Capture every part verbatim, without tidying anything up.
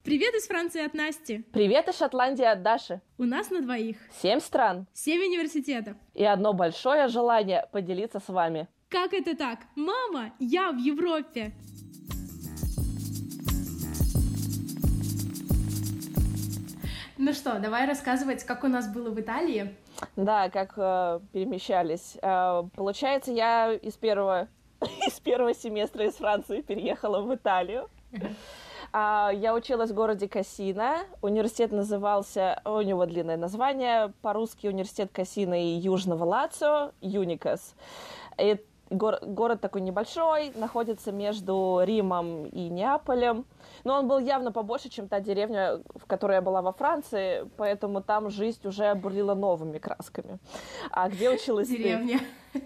Привет из Франции от Насти. Привет из Шотландии от Даши. У нас на двоих. Семь стран. Семь университетов. И одно большое желание поделиться с вами. Как это так? Мама, я в Европе. Ну что, давай рассказывать, как у нас было в Италии. Да, как э, перемещались. Э, получается, я из первого, из первого семестра из Франции переехала в Италию. Uh, я училась в городе Кассино. Университет назывался... У него длинное название. По-русски университет Кассино и Южного Лацио, Юникас. И гор- город такой небольшой, находится между Римом и Неаполем. Но он был явно побольше, чем та деревня, в которой я была во Франции, поэтому там жизнь уже бурлила новыми красками. А где училась ты? Деревня.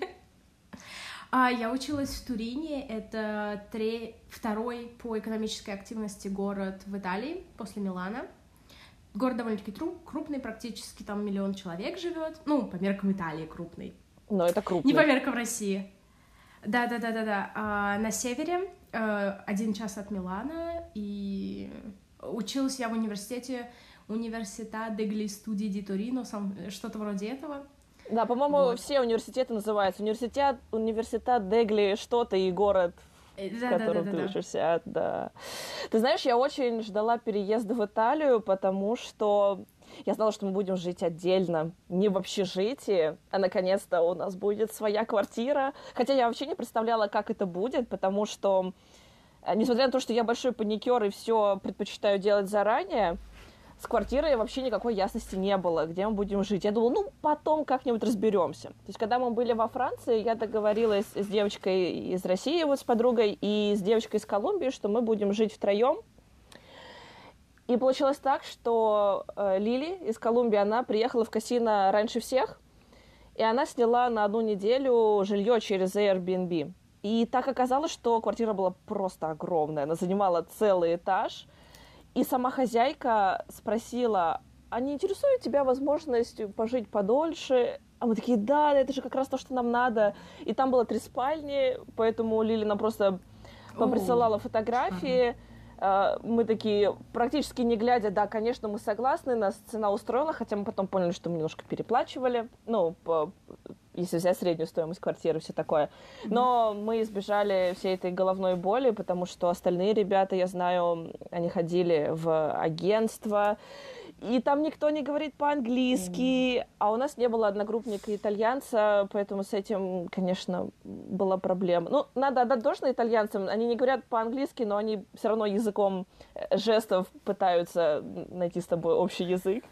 А, я училась в Турине, это тре... второй по экономической активности город в Италии, после Милана. Город довольно-таки тру... крупный, практически там миллион человек живет. Ну, по меркам Италии крупный. Но это крупный. Не по меркам России. Да-да-да-да-да. А на севере а, один час от Милана, и училась я в университете Università degli Studi di Torino, что-то вроде этого. Да, по-моему, вот. Все университеты называются. Университет, университет Дегли, что-то и город, да, в да, котором да, ты да, учишься. Да. Ты знаешь, я очень ждала переезда в Италию, потому что я знала, что мы будем жить отдельно, не в общежитии, а наконец-то у нас будет своя квартира. Хотя я вообще не представляла, как это будет, потому что, несмотря на то, что я большой паникер и все предпочитаю делать заранее, с квартирой вообще никакой ясности не было, где мы будем жить. Я думала, ну, потом как-нибудь разберемся. То есть, когда мы были во Франции, я договорилась с девочкой из России, вот с подругой, и с девочкой из Колумбии, что мы будем жить втроем. И получилось так, что э, Лили из Колумбии, она приехала в Кассино раньше всех, и она сняла на одну неделю жилье через Airbnb. И так оказалось, что квартира была просто огромная, она занимала целый этаж. И сама хозяйка спросила, а не интересует тебя возможность пожить подольше? А мы такие, да, это же как раз то, что нам надо. И там было три спальни, поэтому Лили нам просто поприсылала фотографии. Uh-huh. Мы такие, практически не глядя, да, конечно, мы согласны, нас цена устроила, хотя мы потом поняли, что мы немножко переплачивали, ну, по, если взять среднюю стоимость квартиры, все такое. Но mm-hmm. мы избежали всей этой головной боли, потому что остальные ребята, я знаю, они ходили в агентство, и там никто не говорит по-английски, mm-hmm. а у нас не было одногруппника итальянца, поэтому с этим, конечно, была проблема. Ну, надо отдать должное итальянцам, они не говорят по-английски, но они все равно языком жестов пытаются найти с тобой общий язык.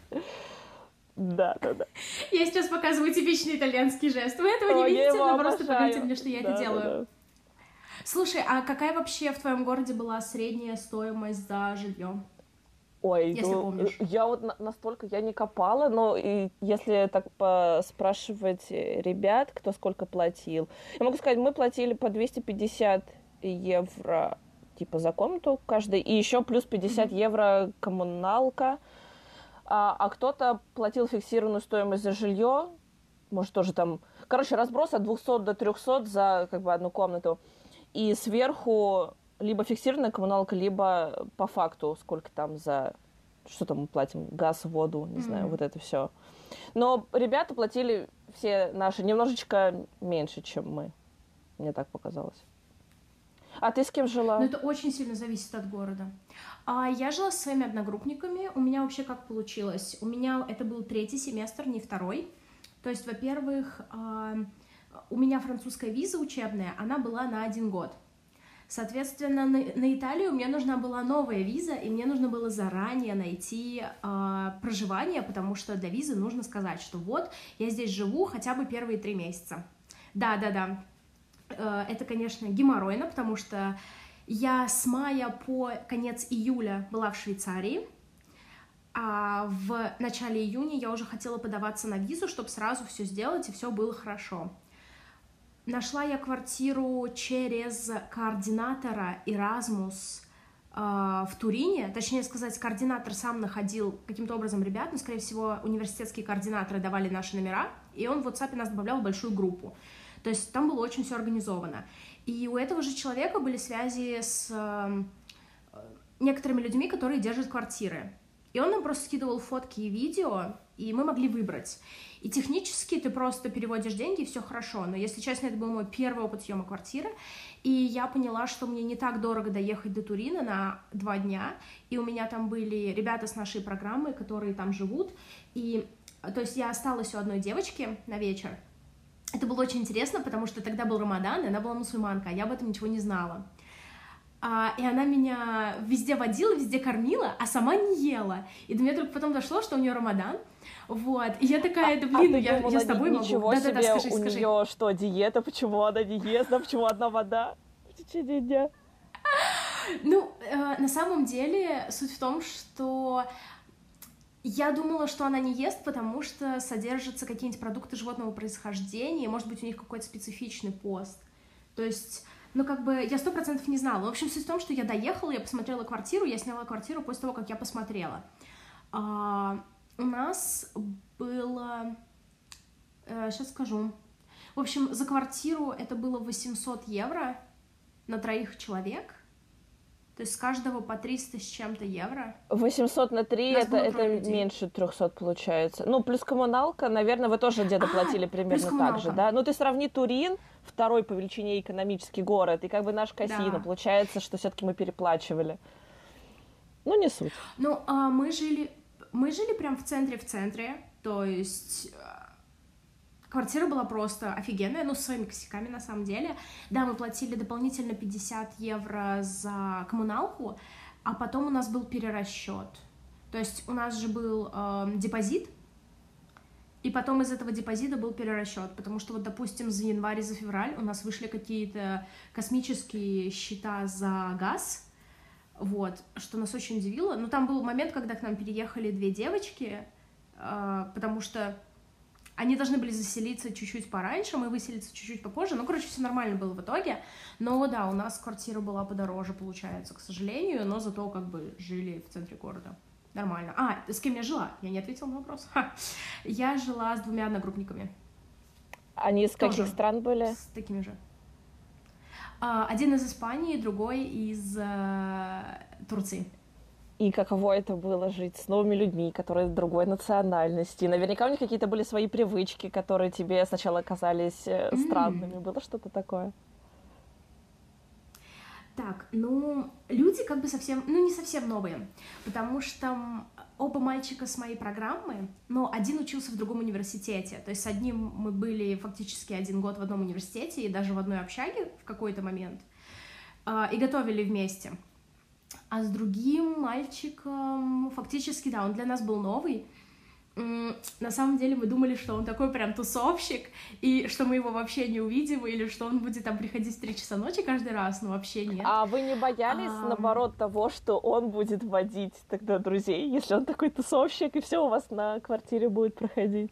Да, да, да. Я сейчас показываю типичный итальянский жест. Вы этого О, не видите, но просто поверьте мне, что я да, это делаю. Да, да. Слушай, а какая вообще в твоем городе была средняя стоимость за жилье? Ой, если ну, помнишь. Я вот на- настолько я не копала, но и если так спрашивать ребят, кто сколько платил, я могу сказать, мы платили по двести пятьдесят евро типа за комнату каждый, и еще плюс пятьдесят mm-hmm. евро коммуналка, а, а кто-то платил фиксированную стоимость за жилье, может тоже там, короче, разброс от двухсот до трехсот за как бы одну комнату, и сверху либо фиксированная коммуналка, либо по факту, сколько там за... Что там мы платим? Газ, воду, не mm-hmm. знаю, вот это все. Но ребята платили все наши немножечко меньше, чем мы. Мне так показалось. А ты с кем жила? Ну, это очень сильно зависит от города. А я жила со своими одногруппниками. У меня вообще как получилось? У меня это был третий семестр, не второй. То есть, во-первых, у меня французская виза учебная, она была на один год. Соответственно, на, на Италию мне нужна была новая виза, и мне нужно было заранее найти э, проживание, потому что для визы нужно сказать, что вот, я здесь живу хотя бы первые три месяца. Да-да-да, э, это, конечно, геморройно, потому что я с мая по конец июля была в Швейцарии, а в начале июня я уже хотела подаваться на визу, чтобы сразу все сделать, и все было хорошо. Нашла я квартиру через координатора Erasmus э, в Турине, точнее сказать, координатор сам находил каким-то образом ребят, но, скорее всего, университетские координаторы давали наши номера, и он в WhatsApp нас добавлял в большую группу. То есть там было очень все организовано. И у этого же человека были связи с э, некоторыми людьми, которые держат квартиры. И он нам просто скидывал фотки и видео, и мы могли выбрать. И технически ты просто переводишь деньги, и все хорошо. Но, если честно, это был мой первый опыт съема квартиры. И я поняла, что мне не так дорого доехать до Турина на два дня. И у меня там были ребята с нашей программы, которые там живут. И, то есть, я осталась у одной девочки на вечер. Это было очень интересно, потому что тогда был Рамадан, и она была мусульманка, а я об этом ничего не знала. А, и она меня везде водила, везде кормила, а сама не ела. И до меня только потом дошло, что у нее Рамадан. Вот. И я такая, да блин, а ну я, думала, я с тобой могу. Ничего да, себе, да, да, скажи, у скажи. нее что, диета, почему она не ест, да, почему одна вода в течение дня? Ну, э, на самом деле, суть в том, что я думала, что она не ест, потому что содержатся какие-нибудь продукты животного происхождения, может быть, у них какой-то специфичный пост. То есть, ну, как бы, я сто процентов не знала. В общем, суть в том, что я доехала, я посмотрела квартиру, я сняла квартиру после того, как я посмотрела. А, у нас было... Э, сейчас скажу. В общем, за квартиру это было восемьсот евро на троих человек. То есть с каждого по триста с чем-то евро. восемьсот на три, это, это меньше трехсот получается. Ну, плюс коммуналка, наверное, вы тоже где-то а, платили примерно так же, да? Ну, ты сравни Турин, второй по величине экономический город, и как бы наш Кассино. Да. Получается, что все-таки мы переплачивали. Ну, не суть. Ну, а мы жили, мы жили прям в центре, в центре, то есть... Квартира была просто офигенная, ну, с своими косяками, на самом деле. Да, мы платили дополнительно пятьдесят евро за коммуналку, а потом у нас был перерасчет. То есть у нас же был э, депозит, и потом из этого депозита был перерасчет, потому что, вот, допустим, за январь и за февраль у нас вышли какие-то космические счета за газ, вот, что нас очень удивило. Но там был момент, когда к нам переехали две девочки, э, потому что они должны были заселиться чуть-чуть пораньше, мы выселиться чуть-чуть попозже. Ну, короче, все нормально было в итоге. Но да, у нас квартира была подороже, получается, к сожалению, но зато как бы жили в центре города. Нормально. А, с кем я жила? Я не ответила на вопрос. Ха. Я жила с двумя одногруппниками. Они из Тоже каких стран были? С такими же. А, один из Испании, другой из э, Турции. И каково это было жить с новыми людьми, которые другой национальности? Наверняка у них какие-то были свои привычки, которые тебе сначала казались mm. странными. Было что-то такое? Так, ну, люди как бы совсем, ну, не совсем новые, потому что оба мальчика с моей программы, но один учился в другом университете, то есть с одним мы были фактически один год в одном университете и даже в одной общаге в какой-то момент, и готовили вместе. А с другим мальчиком, фактически, да, он для нас был новый. На самом деле мы думали, что он такой прям тусовщик, и что мы его вообще не увидим, или что он будет там приходить в три часа ночи каждый раз, но вообще нет. А вы не боялись, а... наоборот, того, что он будет водить тогда друзей, если он такой тусовщик, и все у вас на квартире будет проходить?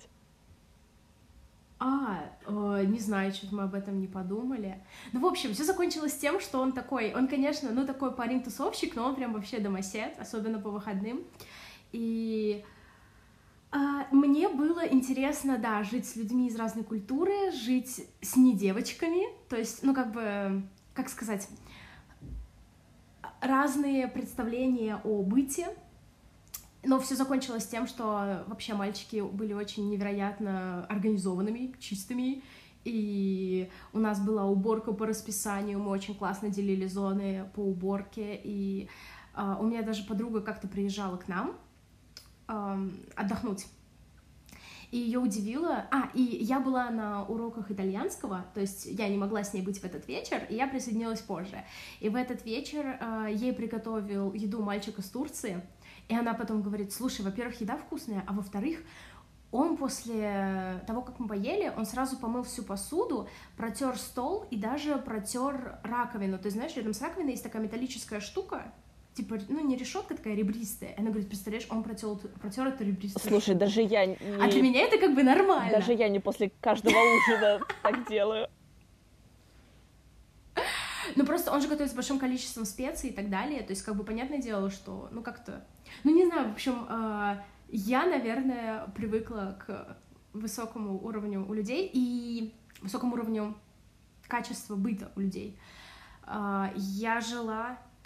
А, э, не знаю, что-то мы об этом не подумали. Ну, в общем, все закончилось тем, что он такой, он, конечно, ну, такой парень-тусовщик, но он прям вообще домосед, особенно по выходным. И э, мне было интересно, да, жить с людьми из разной культуры, жить с не девочками, то есть, ну, как бы, как сказать, разные представления о быте. Но все закончилось тем, что вообще мальчики были очень невероятно организованными, чистыми, и у нас была уборка по расписанию, мы очень классно делили зоны по уборке, и э, у меня даже подруга как-то приезжала к нам э, отдохнуть, и ее удивило... А, и я была на уроках итальянского, то есть я не могла с ней быть в этот вечер, и я присоединилась позже, и в этот вечер э, ей приготовил еду мальчик из Турции. И она потом говорит: слушай, во-первых, еда вкусная, а во-вторых, он после того, как мы поели, он сразу помыл всю посуду, протер стол и даже протер раковину. Ты знаешь, рядом с раковиной есть такая металлическая штука, типа, ну, не решетка такая ребристая. Она говорит: представляешь, он протер, протер эту ребристую Слушай, штуку. Даже я не... А для меня это как бы нормально. Даже я не после каждого ужина так делаю. Ну, просто он же готовит с большим количеством специй и так далее, то есть, как бы, понятное дело, что, ну, как-то... Ну, не знаю, в общем, э, я, наверное, привыкла к высокому уровню у людей и высокому уровню качества быта у людей. Э, я жила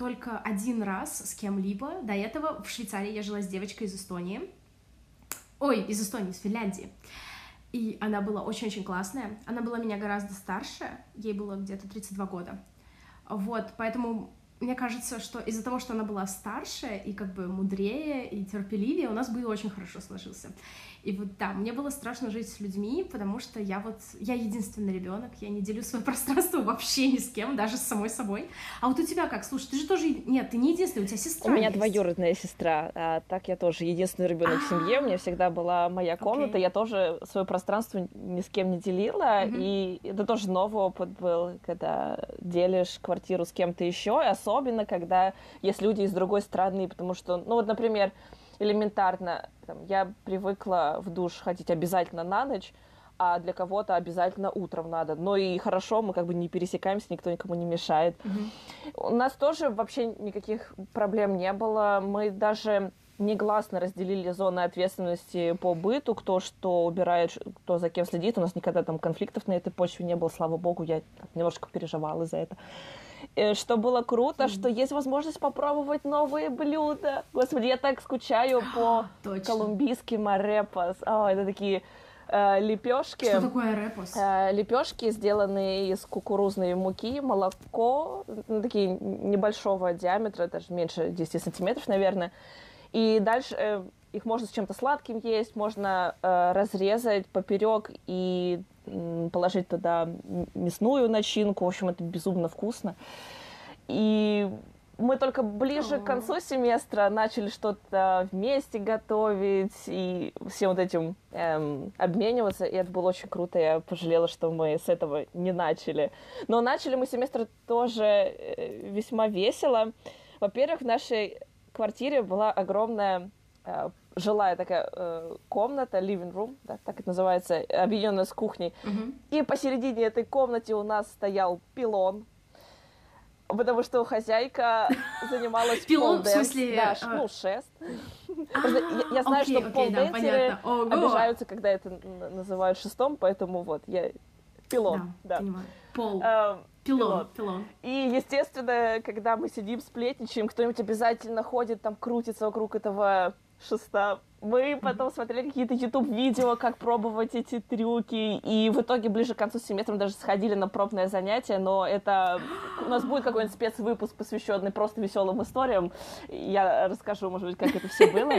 только один раз с кем-либо. До этого в Швейцарии я жила с девочкой из Эстонии. Ой, из Эстонии, из Финляндии. И она была очень-очень классная. Она была меня гораздо старше, ей было где-то тридцать два года. Вот, поэтому мне кажется, что из-за того, что она была старше и как бы мудрее и терпеливее, у нас бы очень хорошо сложился. И вот да, мне было страшно жить с людьми, потому что я вот, я единственный ребенок, я не делю свое пространство вообще ни с кем, даже с самой собой. А вот у тебя как? Слушай, ты же тоже, нет, ты не единственный, у тебя сестра У меня есть. двоюродная сестра, а так я тоже единственный ребенок в семье, у меня всегда была моя комната, okay. Я тоже свое пространство ни с кем не делила, Mm-hmm. и это тоже новый опыт был, когда делишь квартиру с кем-то еще, и особенно, когда есть люди из другой страны, потому что, ну вот, например, элементарно, там, я привыкла в душ ходить обязательно на ночь, а для кого-то обязательно утром надо. Но и хорошо, мы как бы не пересекаемся, никто никому не мешает. Mm-hmm. У нас тоже вообще никаких проблем не было. Мы даже негласно разделили зоны ответственности по быту, кто что убирает, кто за кем следит. У нас никогда там конфликтов на этой почве не было, слава богу, я немножко переживала за это. Что было круто, mm-hmm. что есть возможность попробовать новые блюда. Господи, я так скучаю по колумбийским арепас. О, это такие э, лепешки. Что такое арепас? Э, лепешки, сделанные из кукурузной муки, молоко, ну, такие небольшого диаметра, даже меньше десяти сантиметров, наверное. И дальше э, их можно с чем-то сладким есть, можно э, разрезать поперек и положить туда мясную начинку. В общем, это безумно вкусно. И мы только ближе к концу семестра начали что-то вместе готовить и всем вот этим эм, обмениваться. И это было очень круто. Я пожалела, что мы с этого не начали. Но начали мы семестр тоже весьма весело. Во-первых, в нашей квартире была огромная э, жилая такая э, комната, living room, да, так это называется, объединенная с кухней. Mm-hmm. И посередине этой комнаты у нас стоял пилон, потому что хозяйка занималась пилон, в смысле? Да, ну, шест. Я знаю, что полденсеры обижаются, когда это называют шестом, поэтому вот, я пилон. Да, понимаю. Пол. Пилон. Пилон. И, естественно, когда мы сидим, сплетничаем, кто-нибудь обязательно ходит, там, крутится вокруг этого шеста. Мы потом mm-hmm. смотрели какие-то YouTube-видео, как пробовать эти трюки, и в итоге ближе к концу семестра мы даже сходили на пробное занятие, но это... У нас будет какой-нибудь спецвыпуск, посвященный просто веселым историям. Я расскажу, может быть, как это все было.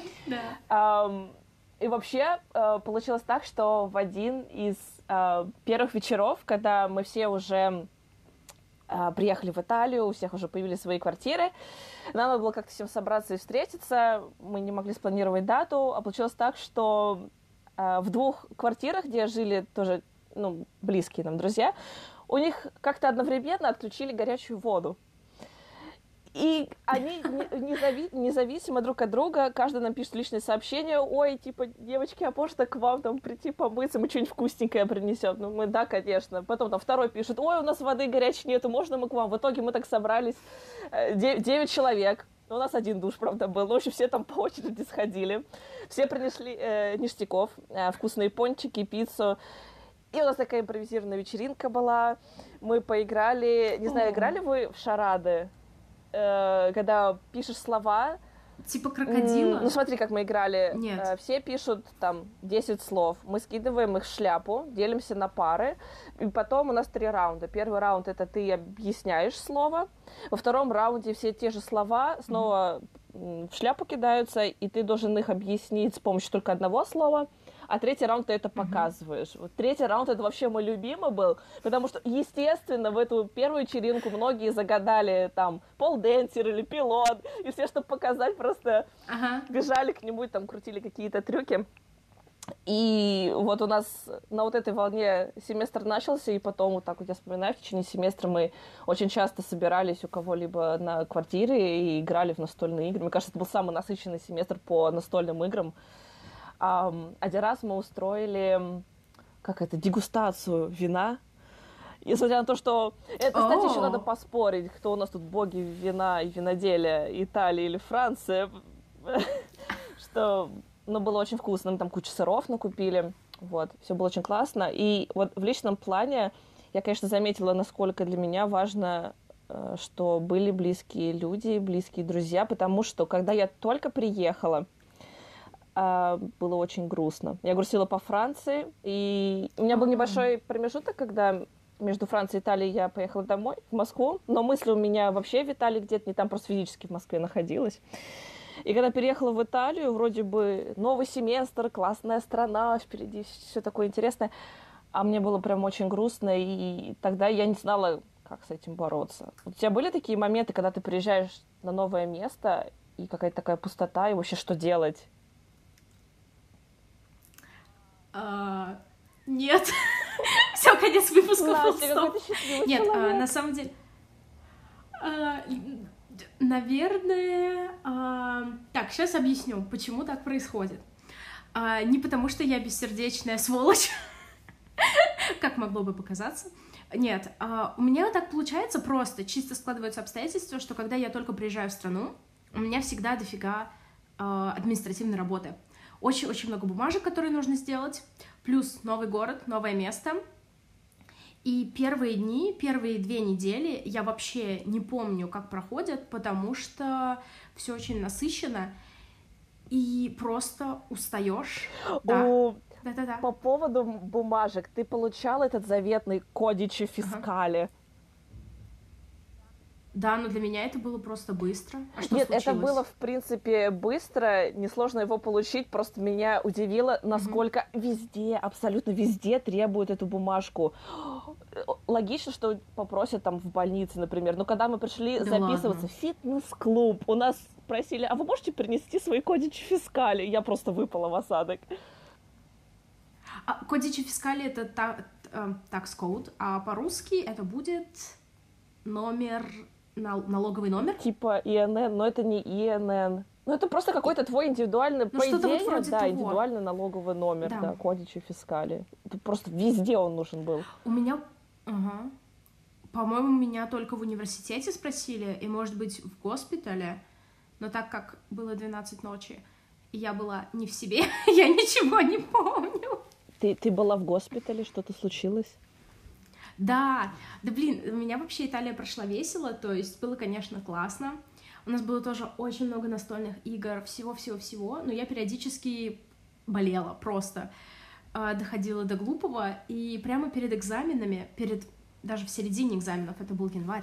И вообще получилось так, что в один из первых вечеров, когда мы все уже приехали в Италию, у всех уже появились свои квартиры, нам надо было как-то всем собраться и встретиться, мы не могли спланировать дату, а получилось так, что э, в двух квартирах, где жили тоже, ну, близкие нам друзья, у них как-то одновременно отключили горячую воду. И они незави- независимо друг от друга, каждый нам пишет личные сообщения: ой, типа, девочки, а можно к вам там прийти помыться, мы что-нибудь вкусненькое принесем? Ну, мы, да, конечно. Потом там второй пишет: ой, у нас воды горячей нету, можно мы к вам? В итоге мы так собрались, девять человек. У нас один душ, правда, был. Ну, в общем, все там по очереди сходили. Все принесли э, ништяков, э, вкусные пончики, пиццу. И у нас такая импровизированная вечеринка была. Мы поиграли... Не знаю, играли вы в шарады? Когда пишешь слова... Типа крокодила? Ну, смотри, как мы играли. Нет. Все пишут там десять слов. Мы скидываем их в шляпу, делимся на пары. И потом у нас три раунда. Первый раунд — это ты объясняешь слово. Во втором раунде все те же слова снова mm-hmm. в шляпу кидаются, и ты должен их объяснить с помощью только одного слова. А третий раунд ты это показываешь. Mm-hmm. Вот третий раунд — это вообще мой любимый был, потому что, естественно, в эту первую вечеринку многие загадали там полденсер или пилот, и все, чтобы показать, просто uh-huh. бежали к нему и там крутили какие-то трюки. И вот у нас на вот этой волне семестр начался, и потом, вот так вот я вспоминаю, в течение семестра мы очень часто собирались у кого-либо на квартире и играли в настольные игры. Мне кажется, это был самый насыщенный семестр по настольным играм. Um, один раз мы устроили, как это, дегустацию вина. И несмотря на то, что... Это, кстати, oh. еще надо поспорить, кто у нас тут боги вина и виноделия, Италия или Франция. Что, ну, было очень вкусно. Мы там кучу сыров накупили. Вот, все было очень классно. И вот в личном плане я, конечно, заметила, насколько для меня важно что были близкие люди, близкие друзья, потому что, когда я только приехала, было очень грустно. Я грустила по Франции, и у меня был небольшой промежуток, когда между Францией и Италией я поехала домой, в Москву, но мысли у меня вообще в Италии где-то не там, просто физически в Москве находилась. И когда переехала в Италию, вроде бы новый семестр, классная страна, впереди все такое интересное, а мне было прям очень грустно, и тогда я не знала, как с этим бороться. У тебя были такие моменты, когда ты приезжаешь на новое место, и какая-то такая пустота, и вообще что делать? А, нет. Все, конец выпуска. Нет, на самом деле... Наверное... Так, сейчас объясню, почему так происходит. Не потому, что я бессердечная сволочь, как могло бы показаться. Нет, у меня так получается просто, чисто складываются обстоятельства, что когда я только приезжаю в страну, у меня всегда дофига административной работы. Очень-очень много бумажек, которые нужно сделать, плюс новый город, новое место. И первые дни, первые две недели я вообще не помню, как проходят, потому что все очень насыщенно, и просто устаешь. Да. Да-да-да. По поводу бумажек, ты получал этот заветный кодичи фискали? Ага. Да, но для меня это было просто быстро. А что Нет, случилось? это было, в принципе, быстро, несложно его получить, просто меня удивило, насколько mm-hmm. везде, абсолютно везде требуют эту бумажку. Логично, что попросят там в больнице, например, но когда мы пришли да записываться в фитнес-клуб, у нас спросили, а вы можете принести свои кодичи фискали? Я просто выпала в осадок. А, кодичи фискали — это tax-code, а по-русски это будет номер... налоговый номер? Типа ИНН, но это не ИНН. Ну, это просто какой-то твой индивидуальный, ну, по идее, вот да, того. индивидуальный налоговый номер, да, да кодичи фискали. Это просто везде он нужен был. У меня, ага. По-моему, меня только в университете спросили, и, может быть, в госпитале, но так как было двенадцать ночи, и я была не в себе, я ничего не помню. Ты, ты была в госпитале, что-то случилось? Да, да блин, у меня вообще Италия прошла весело, то есть было, конечно, классно. У нас было тоже очень много настольных игр, всего-всего-всего, но я периодически болела просто, доходила до глупого, и прямо перед экзаменами, перед даже в середине экзаменов, это был январь,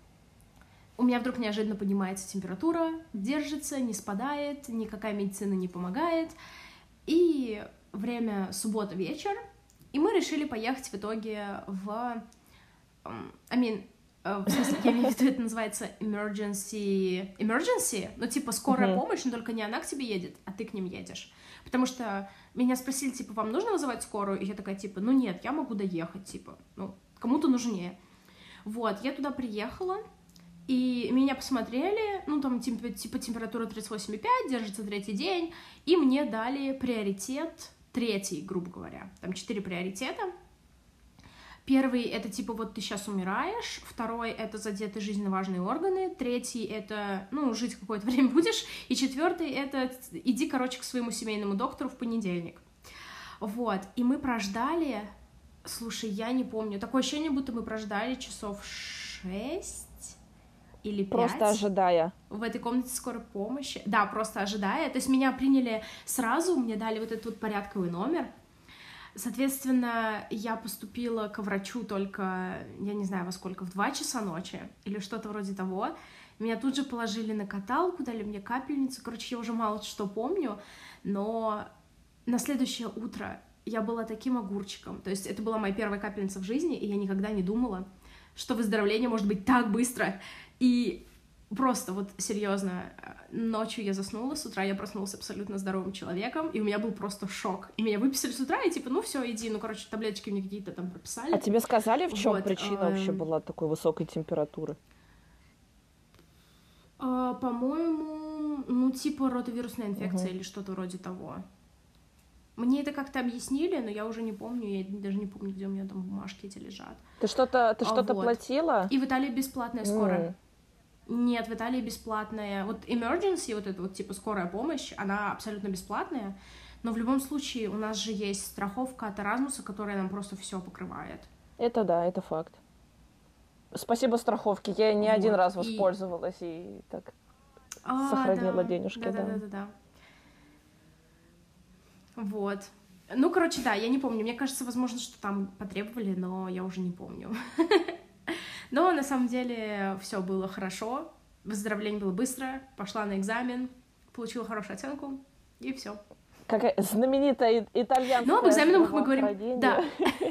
у меня вдруг неожиданно поднимается температура, держится, не спадает, никакая медицина не помогает, и время суббота вечер, и мы решили поехать в итоге в... I mean, в смысле, я имею в виду, это называется emergency... Emergency? Ну, типа, скорая uh-huh. помощь, но только не она к тебе едет, а ты к ним едешь. Потому что меня спросили, типа, вам нужно вызывать скорую? И я такая, типа, ну нет, я могу доехать, типа, ну, кому-то нужнее. Вот, я туда приехала, и меня посмотрели, ну, там, типа, типа температура тридцать восемь и пять, держится третий день, и мне дали приоритет... Третий, грубо говоря. Там четыре приоритета. Первый — это типа вот ты сейчас умираешь. Второй — это задеты жизненно важные органы. Третий — это, ну, жить какое-то время будешь. И четвертый — это иди, короче, к своему семейному доктору в понедельник. Вот. И мы прождали... Слушай, я не помню. Такое ощущение, будто мы прождали часов шесть или пять. Просто ожидая. В этой комнате скорой помощи. Да, просто ожидая. То есть меня приняли сразу, мне дали вот этот вот порядковый номер. Соответственно, я поступила к врачу только, я не знаю во сколько, в два часа ночи или что-то вроде того. Меня тут же положили на каталку, дали мне капельницу. Короче, я уже мало что помню, но на следующее утро я была таким огурчиком. То есть это была моя первая капельница в жизни, и я никогда не думала, что выздоровление может быть так быстро. И просто вот серьезно, ночью я заснула, с утра я проснулась абсолютно здоровым человеком, и у меня был просто шок. И меня выписали с утра, и типа, ну все, иди, ну, короче, таблеточки мне какие-то там прописали. А тебе сказали, в чем вот, причина а... вообще была такой высокой температуры? А, по-моему, ну, типа ротовирусная инфекция uh-huh. или что-то вроде того. Мне это как-то объяснили, но я уже не помню, я даже не помню, где у меня там бумажки эти лежат. Ты что-то, ты а что-то вот. платила? И в Италии бесплатная скорая. Mm. Нет, в Италии бесплатная. Вот emergency, вот эта вот типа скорая помощь, она абсолютно бесплатная, но в любом случае у нас же есть страховка от Erasmus, которая нам просто все покрывает. Это да, это факт. Спасибо страховке, я не вот. один раз и... воспользовалась и так а, сохранила да. денежки. Да, да. да, да, да, да. Вот. Ну, короче, да, я не помню. Мне кажется, возможно, что там потребовали, но я уже не помню. Но на самом деле все было хорошо. Выздоровление было быстро. Пошла на экзамен, получила хорошую оценку, и все. Какая знаменитая итальянская. Ну, об экзаменах мы говорим. Да.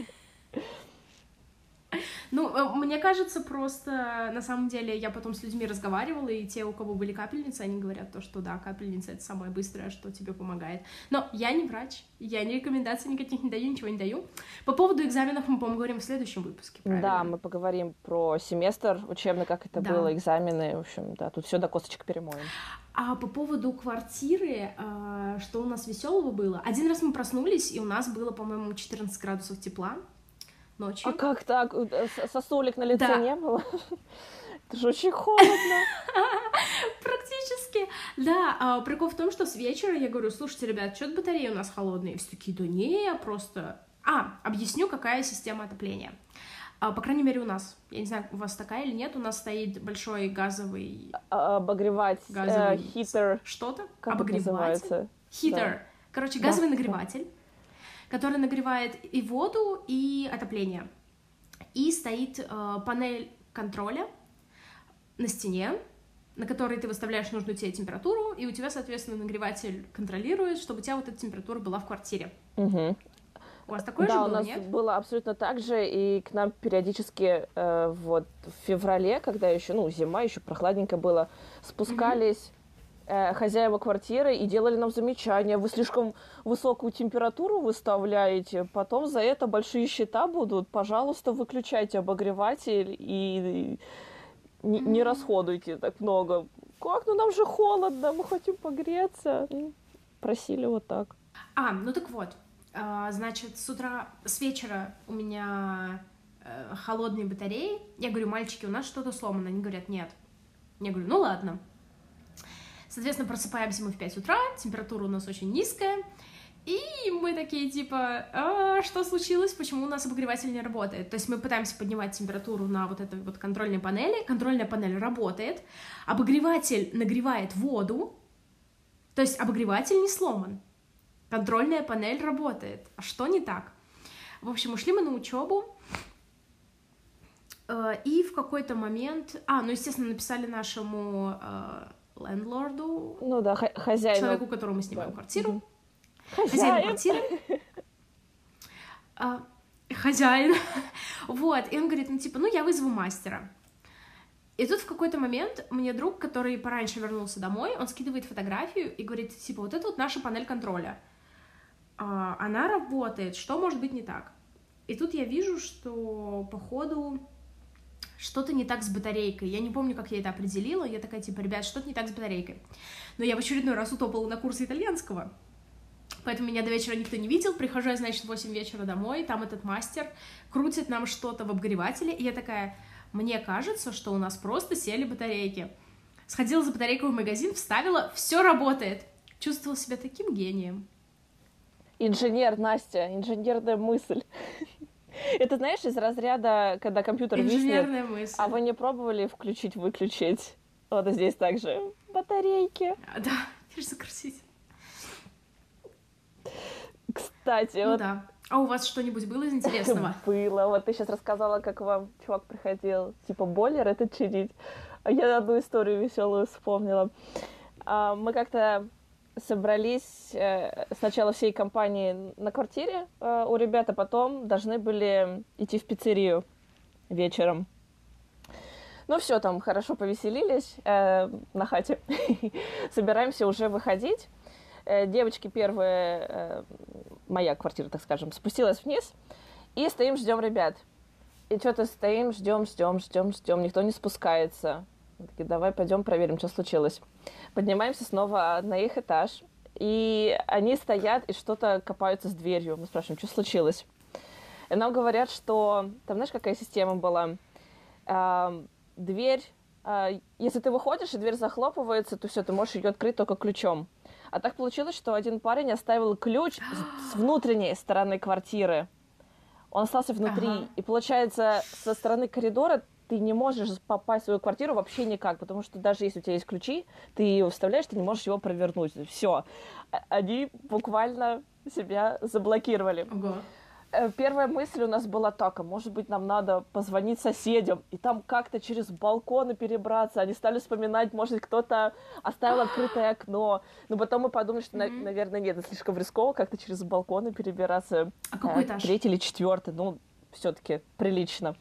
Ну, мне кажется, просто на самом деле я потом с людьми разговаривала, и те, у кого были капельницы, они говорят то, что да, капельница — это самое быстрое, что тебе помогает. Но я не врач, я ни рекомендаций никаких не даю, ничего не даю. По поводу экзаменов мы, по-моему, говорим в следующем выпуске, правильно? Да, мы поговорим про семестр учебный, как это да. было, экзамены, в общем, да, тут все до косточек перемоем. А по поводу квартиры, что у нас веселого было? Один раз мы проснулись, и у нас было, по-моему, четырнадцать градусов тепла. Ночью. А как так? Сосулек на лице да. не было? Это же очень холодно. Практически. Да, а, прикол в том, что с вечера я говорю: слушайте, ребят, что-то батареи у нас холодные. Все такие: да не, просто... А, объясню, какая система отопления. А, по крайней мере, у нас. Я не знаю, у вас такая или нет. У нас стоит большой газовый... Обогревать. Газовый... Хитер. Что-то? Как обогреватель. Хитер. Да. Короче, газовый да. нагреватель, который нагревает и воду, и отопление. И стоит э, панель контроля на стене, на которой ты выставляешь нужную тебе температуру, и у тебя, соответственно, нагреватель контролирует, чтобы у тебя вот эта температура была в квартире. Угу. У вас такое да, же было, было, нет? нет? Да, у нас было абсолютно так же, и к нам периодически э, вот в феврале, когда еще, ну, зима, еще прохладненько было, спускались хозяева квартиры и делали нам замечания: вы слишком высокую температуру выставляете, потом за это большие счета будут, пожалуйста, выключайте обогреватель и не, не расходуйте так много. Как? Ну нам же холодно, мы хотим погреться. Просили вот так. А, ну так вот, значит, с утра, с вечера у меня холодные батареи. Я говорю: мальчики, у нас что-то сломано. Они говорят: нет. Я говорю: ну ладно. Соответственно, просыпаемся мы в пять утра, температура у нас очень низкая, и мы такие типа: а, что случилось, почему у нас обогреватель не работает? То есть мы пытаемся поднимать температуру на вот этой вот контрольной панели, контрольная панель работает, обогреватель нагревает воду, то есть обогреватель не сломан, контрольная панель работает. А что не так? В общем, ушли мы на учебу, и в какой-то момент... А, ну, естественно, написали нашему... лендлорду, ну да, хозяину, человеку, которому мы снимаем да. квартиру, Хозяин. хозяину квартиры, а, хозяин, вот, и он говорит: ну, типа, ну, я вызову мастера. И тут в какой-то момент мне друг, который пораньше вернулся домой, он скидывает фотографию и говорит, типа: вот это вот наша панель контроля, а, она работает, что может быть не так? И тут я вижу, что, походу, что-то не так с батарейкой. Я не помню, как я это определила. Я такая, типа: ребят, что-то не так с батарейкой. Но я в очередной раз утопала на курсы итальянского. Поэтому меня до вечера никто не видел. Прихожу я, значит, в восемь вечера домой. Там этот мастер крутит нам что-то в обогревателе. И я такая: мне кажется, что у нас просто сели батарейки. Сходила за батарейкой в магазин, вставила, все работает. Чувствовала себя таким гением. Инженер, Настя, инженерная мысль. Это, знаешь, из разряда, когда компьютер инженерная виснет, мысль. А вы не пробовали включить-выключить? Вот здесь также батарейки. А, да, теперь закрутить. Кстати, ну вот... да. А у вас что-нибудь было из интересного? Было. Вот ты сейчас рассказала, как вам чувак приходил, типа, бойлер этот чинить. А я одну историю веселую вспомнила. А, мы как-то собрались э, сначала всей компанией на квартире э, у ребят, а потом должны были идти в пиццерию вечером. Ну все, там хорошо повеселились э, на хате. Собираемся уже выходить. Э, девочки первые, э, моя квартира, так скажем, спустилась вниз. И стоим, ждем ребят. И что-то стоим, ждем, ждем, ждем, ждем. Никто не спускается. Мы такие: давай пойдем проверим, что случилось. Поднимаемся снова на их этаж. И они стоят и что-то копаются с дверью. Мы спрашиваем, что случилось. И нам говорят, что... Там, знаешь, какая система была? А, дверь... А, если ты выходишь, и дверь захлопывается, то все, ты можешь ее открыть только ключом. А так получилось, что один парень оставил ключ с внутренней стороны квартиры. Он остался внутри. Ага. И получается, со стороны коридора ты не можешь попасть в свою квартиру вообще никак, потому что даже если у тебя есть ключи, ты ее вставляешь, ты не можешь его провернуть. Все. Они буквально себя заблокировали. Ого. Первая мысль у нас была так, а может быть, нам надо позвонить соседям и там как-то через балконы перебраться. Они стали вспоминать, может, кто-то оставил открытое окно. Но потом мы подумали, что, mm-hmm. наверное, нет, это слишком рисково как-то через балконы перебираться. А какой этаж? Третий или четвертый, ну, все-таки прилично.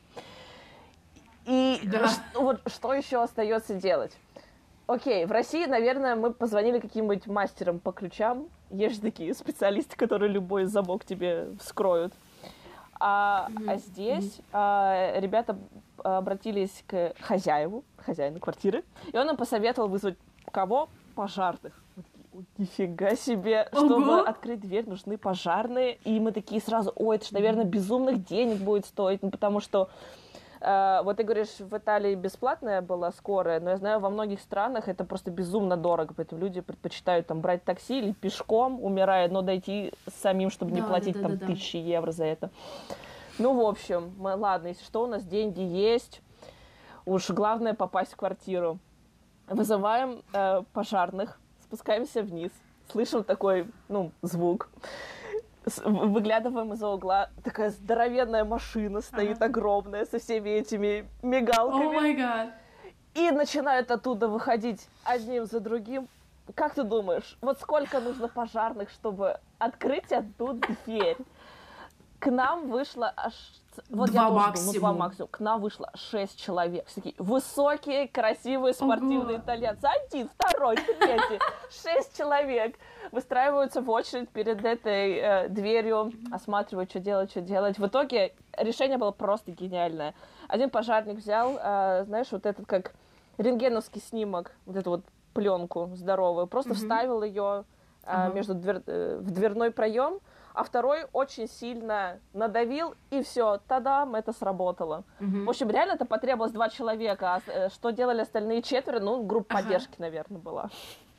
И да. что, вот, что еще остается делать? Окей, в России, наверное, мы позвонили каким-нибудь мастерам по ключам. Есть же такие специалисты, которые любой замок тебе вскроют. А, mm-hmm. а здесь mm-hmm. а, ребята обратились к хозяеву, хозяину квартиры, и он им посоветовал вызвать кого? Пожарных. Нифига себе, Ого! Чтобы открыть дверь, нужны пожарные. И мы такие сразу, ой, это же, наверное, безумных денег будет стоить, ну, потому что Uh, вот ты говоришь, в Италии бесплатная была скорая, но я знаю, во многих странах это просто безумно дорого, поэтому люди предпочитают там брать такси или пешком, умирая, но дойти самим, чтобы да, не платить да, там да, тысячи да. евро за это. Ну, в общем, мы, ладно, если что, у нас деньги есть, уж главное попасть в квартиру. Вызываем э, пожарных, спускаемся вниз, слышим такой, ну, звук. Выглядываем из-за угла, такая здоровенная машина стоит, ага. огромная, со всеми этими мигалками. О май гад! И начинают оттуда выходить одним за другим. Как ты думаешь, вот сколько нужно пожарных, чтобы открыть одну дверь? К нам вышло аж... Вот два я тоже максимум. Думаю, ну, два максимум. К нам вышло шесть человек. Все такие высокие, красивые, спортивные Ого. итальянцы. Один, второй, третий. Шесть человек. Выстраиваются в очередь перед этой э, дверью, осматривают, что делать, что делать. В итоге решение было просто гениальное. Один пожарник взял, э, знаешь, вот этот как рентгеновский снимок, вот эту вот пленку здоровую, просто mm-hmm. вставил ее э, uh-huh. между двер... э, в дверной проем, а второй очень сильно надавил, и все, тадам, это сработало. Mm-hmm. В общем, реально это потребовалось два человека, а э, что делали остальные четверо, ну, группа uh-huh. поддержки, наверное, была.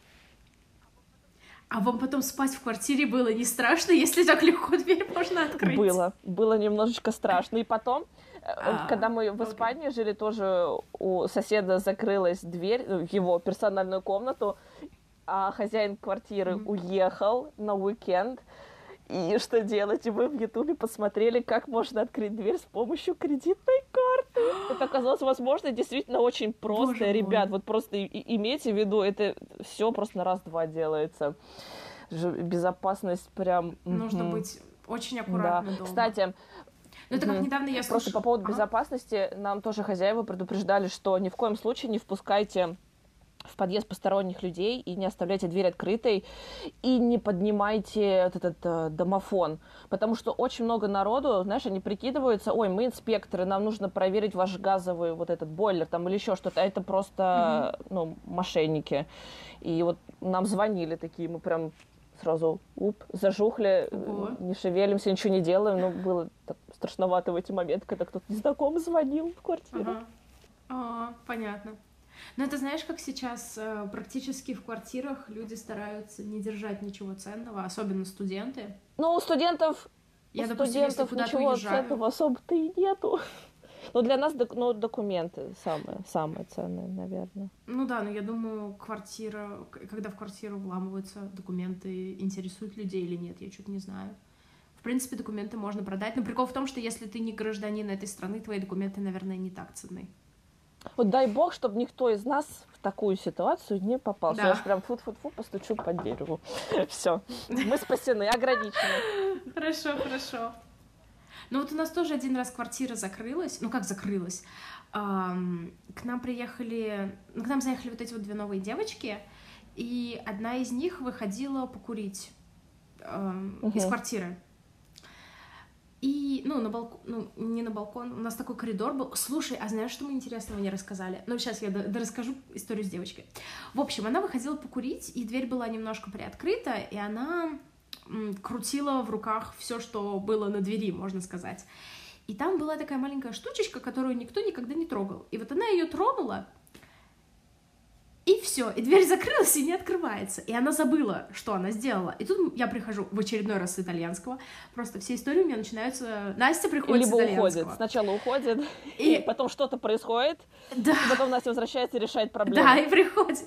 А вам потом спать в квартире было не страшно, если так легко дверь можно открыть? Было. Было немножечко страшно. И потом, а, когда мы в Испании okay. жили, тоже у соседа закрылась дверь в его персональную комнату, а хозяин квартиры mm-hmm. уехал на уикенд. И что делать? И мы в Ютубе посмотрели, как можно открыть дверь с помощью кредитной карты. Это оказалось возможно, действительно очень просто. Боже Ребят, мой. Вот просто и- имейте в виду, это все просто на раз-два делается. Безопасность прям... Нужно mm-hmm. быть очень аккуратным да. дома. Кстати, ну, это как недавно я слушала... Просто по поводу ага. безопасности нам тоже хозяева предупреждали, что ни в коем случае не впускайте в подъезд посторонних людей и не оставляйте дверь открытой, и не поднимайте этот, этот домофон, потому что очень много народу, знаешь, они прикидываются, ой, мы инспекторы, нам нужно проверить ваш газовый вот этот бойлер там или еще что-то, а это просто, mm-hmm. ну, мошенники. И вот нам звонили такие, мы прям сразу, уп, зажухли, Ого. Не шевелимся, ничего не делаем, но было так страшновато в эти моменты, когда кто-то незнакомый звонил в квартиру. Ага. А, понятно. Но это знаешь, как сейчас э, практически в квартирах люди стараются не держать ничего ценного, особенно студенты. Ну, у студентов, Я, у допустим, студентов если ничего уезжаю... ценного особо-то и нету. Но для нас ну, документы самые, самые ценные, наверное. Ну да, но я думаю, квартира, когда в квартиру вламываются документы, интересуют людей или нет, я что-то не знаю. В принципе, документы можно продать, но прикол в том, что если ты не гражданин этой страны, твои документы, наверное, не так ценны. Вот дай бог, чтобы никто из нас в такую ситуацию не попал. Да. Я же прям фу-фу-фу постучу по дереву. Все, мы спасены, ограничены. Хорошо, хорошо. Ну вот у нас тоже один раз квартира закрылась. Ну как закрылась? Эм, к нам приехали... Ну, к нам заехали вот эти вот две новые девочки, и одна из них выходила покурить эм, uh-huh. из квартиры. И, ну, на балкон, ну, не на балкон, у нас такой коридор был. Слушай, а знаешь, что мы интересного не рассказали? Ну, сейчас я расскажу историю с девочкой. В общем, она выходила покурить, и дверь была немножко приоткрыта, и она м, крутила в руках все, что было на двери, можно сказать. И там была такая маленькая штучечка, которую никто никогда не трогал. И вот она ее тронула, И все, и дверь закрылась и не открывается. И она забыла, что она сделала. И тут я прихожу в очередной раз с итальянского. Просто все истории у меня начинаются... Настя приходит Либо с итальянского. уходит. Сначала уходит, и... и потом что-то происходит, да. И потом Настя возвращается и решает проблему. Да, и приходит.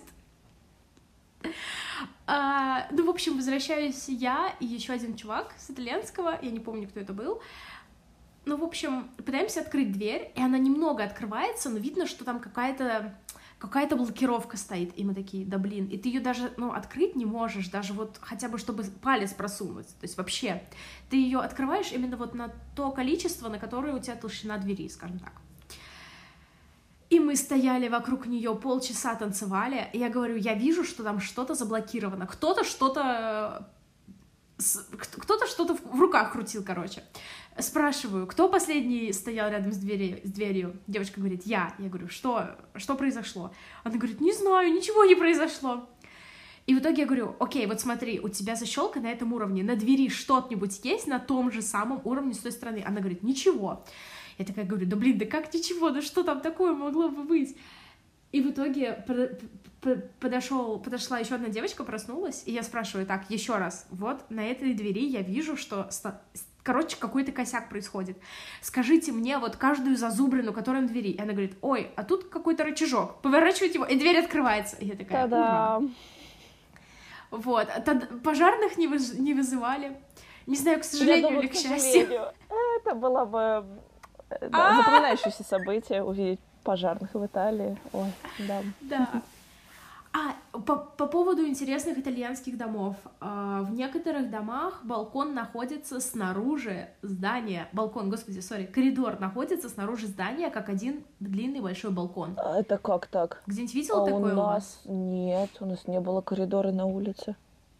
А, ну, в общем, возвращаюсь я и еще один чувак с итальянского. Я не помню, кто это был. Ну, в общем, пытаемся открыть дверь, и она немного открывается, но видно, что там какая-то... какая-то блокировка стоит, и мы такие, да блин, и ты ее даже, ну, открыть не можешь, даже вот хотя бы, чтобы палец просунуть, то есть вообще, ты ее открываешь именно вот на то количество, на которое у тебя толщина двери, скажем так. И мы стояли вокруг нее полчаса, танцевали, и я говорю, я вижу, что там что-то заблокировано, кто-то что-то, кто-то что-то в руках крутил, короче. Спрашиваю, кто последний стоял рядом с дверью, с дверью? Девочка говорит, я. Я говорю, что? Что произошло? Она говорит, не знаю, ничего не произошло. И в итоге я говорю, окей, вот смотри, у тебя защелка на этом уровне, на двери что-нибудь есть на том же самом уровне с той стороны? Она говорит, ничего. Я такая говорю, да блин, да как ничего, да что там такое могло бы быть? И в итоге подошел, подошла еще одна девочка, проснулась, и я спрашиваю, так, еще раз, вот на этой двери я вижу, что... Короче, какой-то косяк происходит. Скажите мне вот каждую зазубрину, которая на двери. И она говорит, ой, а тут какой-то рычажок. Поворачивать его, и дверь открывается. И я такая, ура. Вот. Пожарных не, выз... не вызывали. Не знаю, к сожалению думаю, или к, к счастью. Это было бы да, запоминающееся событие, увидеть пожарных в Италии. Ой, да. Да. А, по, по поводу интересных итальянских домов. В некоторых домах балкон находится снаружи здания. Балкон, господи, сори, коридор находится снаружи здания, как один длинный большой балкон. А это как так? Где-нибудь видела а такое у у вас? нас? Нет, у нас не было коридора на улице.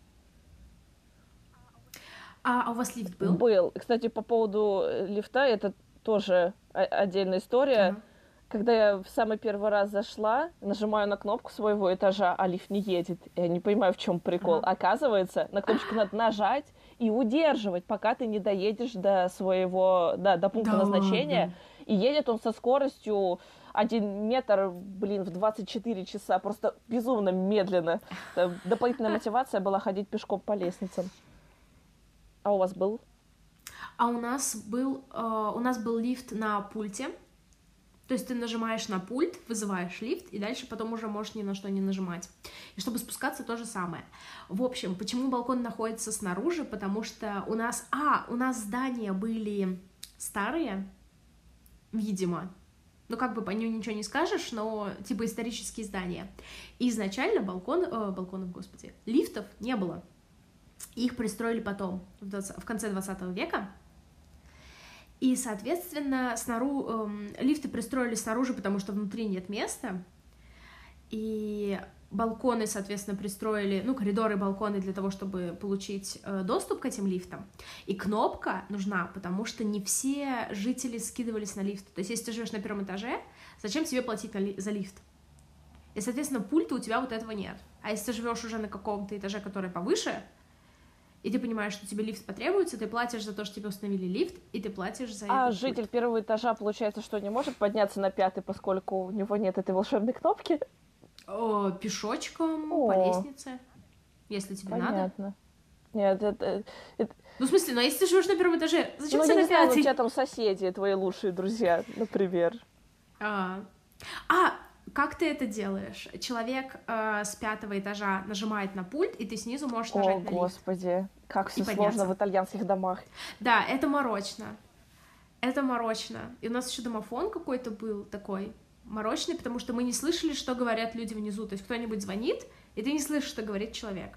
А, а у вас лифт был? Был. Кстати, по поводу лифта, это тоже отдельная история. Uh-huh. Когда я в самый первый раз зашла, нажимаю на кнопку своего этажа, а лифт не едет. Я не понимаю, в чем прикол. Uh-huh. Оказывается, на кнопочку надо нажать и удерживать, пока ты не доедешь до своего, да, до пункта да назначения. Ладно. И едет он со скоростью один метр, блин, в двадцать четыре часа. Просто безумно медленно. Дополнительная мотивация была ходить пешком по лестницам. А у вас был? А у нас был, э, у нас был лифт на пульте. То есть ты нажимаешь на пульт, вызываешь лифт, и дальше потом уже можешь ни на что не нажимать. И чтобы спускаться, то же самое. В общем, почему балкон находится снаружи? Потому что у нас... А, у нас здания были старые, видимо. Ну, как бы по ним ничего не скажешь, но типа исторические здания. И изначально балкон... Э, балконов, господи, лифтов не было. Их пристроили потом, в, двадцатом, в конце двадцатого века. И, соответственно, снару... эм, лифты пристроили снаружи, потому что внутри нет места. И балконы, соответственно, пристроили, ну, коридоры, балконы для того, чтобы получить э, доступ к этим лифтам. И кнопка нужна, потому что не все жители скидывались на лифт. То есть, если ты живешь на первом этаже, зачем тебе платить на ли... за лифт? И, соответственно, пульта у тебя вот этого нет. А если ты живешь уже на каком-то этаже, который повыше, и ты понимаешь, что тебе лифт потребуется, ты платишь за то, что тебе установили лифт, и ты платишь за это. А житель пульт. Первого этажа, получается, что не может подняться на пятый, поскольку у него нет этой волшебной кнопки? О, пешочком, О. по лестнице, если тебе Понятно. надо. Нет, это, это... Ну, в смысле, ну, а если ты живешь на первом этаже, зачем ну, тебе я на не знаю, пятый? у тебя там соседи, твои лучшие друзья, например. А, а как ты это делаешь? Человек э, с пятого этажа нажимает на пульт, и ты снизу можешь нажать О, на лифт. О, господи, как все сложно в итальянских домах. Да, это морочно. Это морочно. И у нас еще домофон какой-то был такой морочный, потому что мы не слышали, что говорят люди внизу. То есть кто-нибудь звонит, и ты не слышишь, что говорит человек.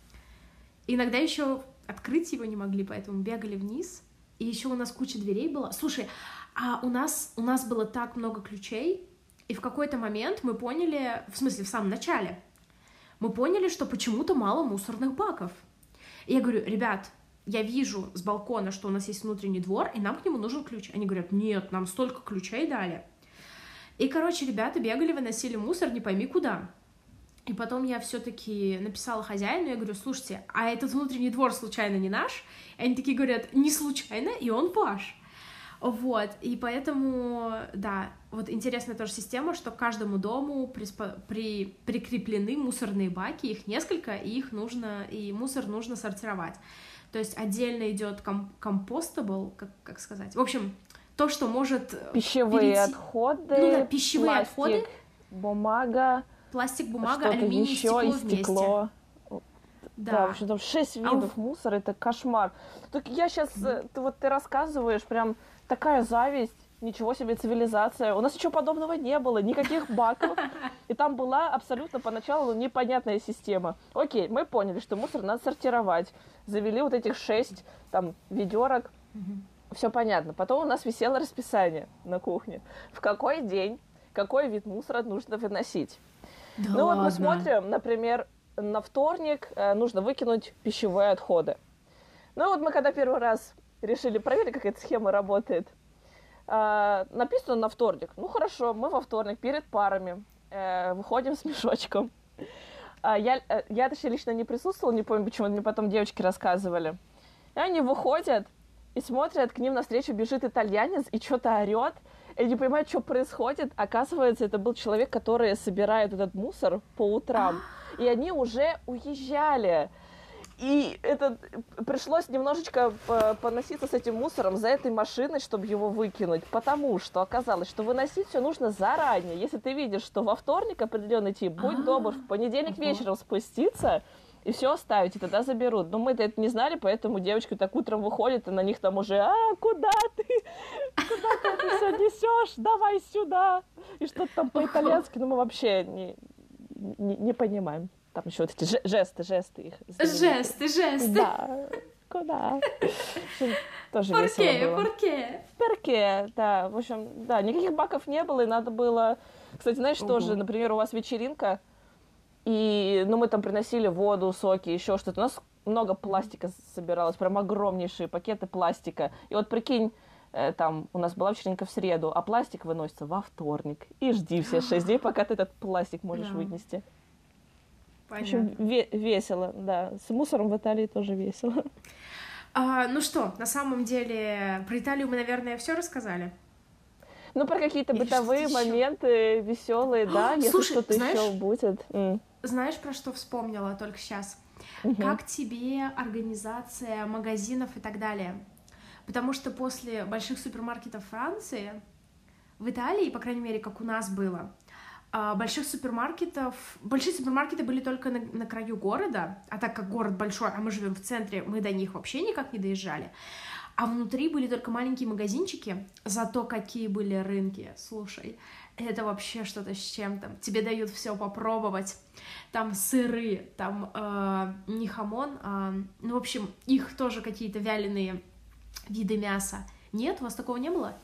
И иногда еще открыть его не могли, поэтому бегали вниз. И еще у нас куча дверей было. Слушай, а у нас, у нас было так много ключей, и в какой-то момент мы поняли, в смысле, в самом начале, мы поняли, что почему-то мало мусорных баков. И я говорю, ребят, я вижу с балкона, что у нас есть внутренний двор, и нам к нему нужен ключ. Они говорят, нет, нам столько ключей дали. И, короче, ребята бегали, выносили мусор, не пойми куда. И потом я все-таки написала хозяину, я говорю, слушайте, а этот внутренний двор случайно не наш? И они такие говорят, не случайно, и он ваш. Вот, и поэтому, да, вот интересная тоже система, что к каждому дому приспо- при, прикреплены мусорные баки, их несколько, и их нужно, и мусор нужно сортировать. То есть отдельно идет ком- компостабл, как, как сказать, в общем, то, что может пищевые перейти... отходы, ну, да, пищевые пластик, отходы, бумага, пластик, бумага, что-то алюминий, еще, стекло и вместе. стекло. Да. Да, в общем, там шесть видов а у... мусора, это кошмар. Так я сейчас, mm-hmm. ты вот ты рассказываешь, прям такая зависть, ничего себе цивилизация. У нас ничего подобного не было, никаких баков. И там была абсолютно поначалу непонятная система. Окей, мы поняли, что мусор надо сортировать. Завели вот этих шесть там ведерок. Mm-hmm. Все понятно. Потом у нас висело расписание на кухне. В какой день, какой вид мусора нужно выносить. Да ну ладно. Вот мы смотрим, например, на вторник э, нужно выкинуть пищевые отходы. Ну вот мы когда первый раз решили проверить, как эта схема работает, э, написано на вторник. Ну хорошо, мы во вторник перед парами э, выходим с мешочком. А я, э, я точнее лично не присутствовала, не помню, почему мне потом девочки рассказывали. И они выходят и смотрят, к ним навстречу бежит итальянец и что-то орет. И не понимают, что происходит. Оказывается, это был человек, который собирает этот мусор по утрам. И они уже уезжали. И это пришлось немножечко поноситься с этим мусором за этой машиной, чтобы его выкинуть. Потому что оказалось, что выносить все нужно заранее. Если ты видишь, что во вторник определенный тип, будь добр, в понедельник вечером спуститься и все оставить, и тогда заберут. Но мы-то это не знали, поэтому девочка так утром выходит, и на них там уже: а, куда ты? Куда ты это все несешь? Давай сюда. И что-то там по-итальянски, ну мы вообще не, не, не понимаем. Там еще вот эти жесты, жесты их. Жесты, жесты. Да, куда? Тоже Порке, весело было. порке. Порке, да. В общем, да, никаких баков не было, и надо было... Кстати, знаешь, Ого. тоже, например, у вас вечеринка, и, ну, мы там приносили воду, соки, еще что-то. У нас много пластика собиралось, прям огромнейшие пакеты пластика. И вот прикинь, там у нас была вечеринка в среду, а пластик выносится во вторник. И жди все шесть дней, пока ты этот пластик можешь да. вынести. Понятно. В общем, ве- весело, да. С мусором в Италии тоже весело. А, ну что, на самом деле, про Италию мы, наверное, все рассказали. Ну, про какие-то Или бытовые моменты веселые, да, если Слушай, что-то знаешь, еще будет. Mm. Знаешь, про что вспомнила только сейчас? Mm-hmm. Как тебе организация магазинов и так далее? Потому что после больших супермаркетов Франции, в Италии, по крайней мере, как у нас было, больших супермаркетов... Большие супермаркеты были только на, на краю города, а так как город большой, а мы живем в центре, мы до них вообще никак не доезжали. А внутри были только маленькие магазинчики, зато какие были рынки, слушай, это вообще что-то с чем-то. Тебе дают все попробовать, там сыры, там э, не хамон, а, ну, в общем, их тоже какие-то вяленые виды мяса. Нет, у вас такого не было?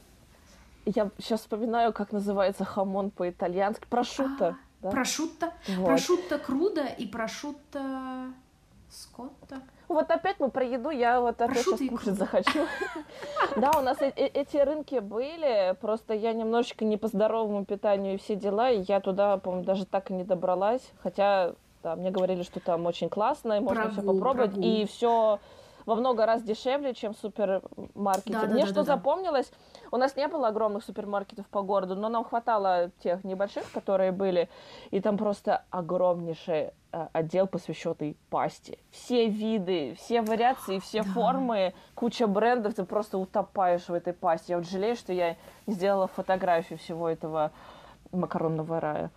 Я сейчас вспоминаю, как называется хамон по-итальянски. Прошутто. А, да? Прошутто. Вот. Прошутто крудо и прошутто скотто. Вот опять мы про еду, я вот опять сейчас кушать захочу. Да, у нас эти рынки были, просто я немножечко не по здоровому питанию и все дела, и я туда, по-моему, даже так и не добралась. Хотя, да, мне говорили, что там очень классно, и можно все попробовать, и все... во много раз дешевле, чем в супермаркете. Да, Мне да, что да, запомнилось, да. У нас не было огромных супермаркетов по городу, но нам хватало тех небольших, которые были, и там просто огромнейший э, отдел, посвященный пасте. Все виды, все вариации, все да. формы, куча брендов, ты просто утопаешь в этой пасте. Я вот жалею, что я не сделала фотографию всего этого макаронного рая.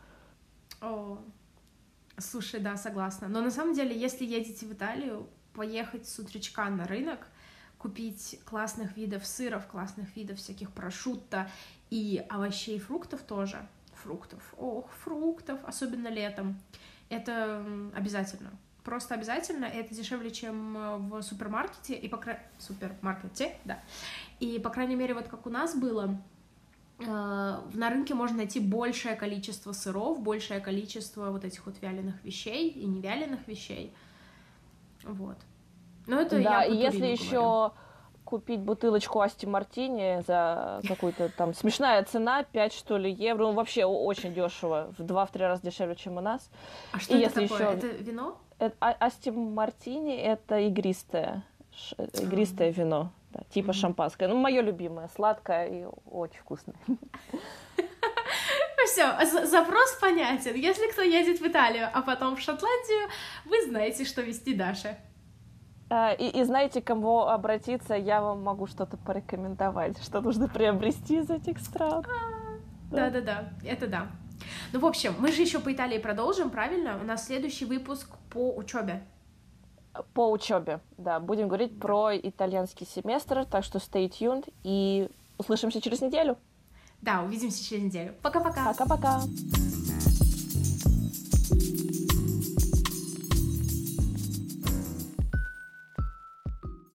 О, слушай, да, согласна. Но на самом деле, если едете в Италию, поехать с утречка на рынок, купить классных видов сыров, классных видов всяких прошутто и овощей, фруктов тоже. Фруктов. Ох, фруктов, особенно летом. Это обязательно. Просто обязательно. Это дешевле, чем в супермаркете. И по кра... супермаркете, да. И, по крайней мере, вот как у нас было, на рынке можно найти большее количество сыров, большее количество вот этих вот вяленых вещей и невяленых вещей. Вот. Ну, это да, я и если говорю. еще купить бутылочку Асти Мартини за какую-то там смешная цена, пять что ли евро, ну вообще очень дешево, в два-три раза дешевле, чем у нас. А что и это если такое? еще... Это вино? Это, Асти Мартини — это игристое, игристое вино. Да, типа Мгм. шампанское. Ну, мое любимое, сладкое и очень вкусное. Все, запрос понятен. Если кто едет в Италию, а потом в Шотландию, вы знаете, что вести Даше. А, И, и знаете, к кому обратиться, я вам могу что-то порекомендовать, что нужно приобрести из этих стран. Да. Да-да-да, это да. Ну, в общем, мы же еще по Италии продолжим, правильно? У нас следующий выпуск по учебе. По учебе, да. Будем говорить про итальянский семестр, так что stay tuned и услышимся через неделю. Да, увидимся через неделю. Пока-пока. Пока-пока.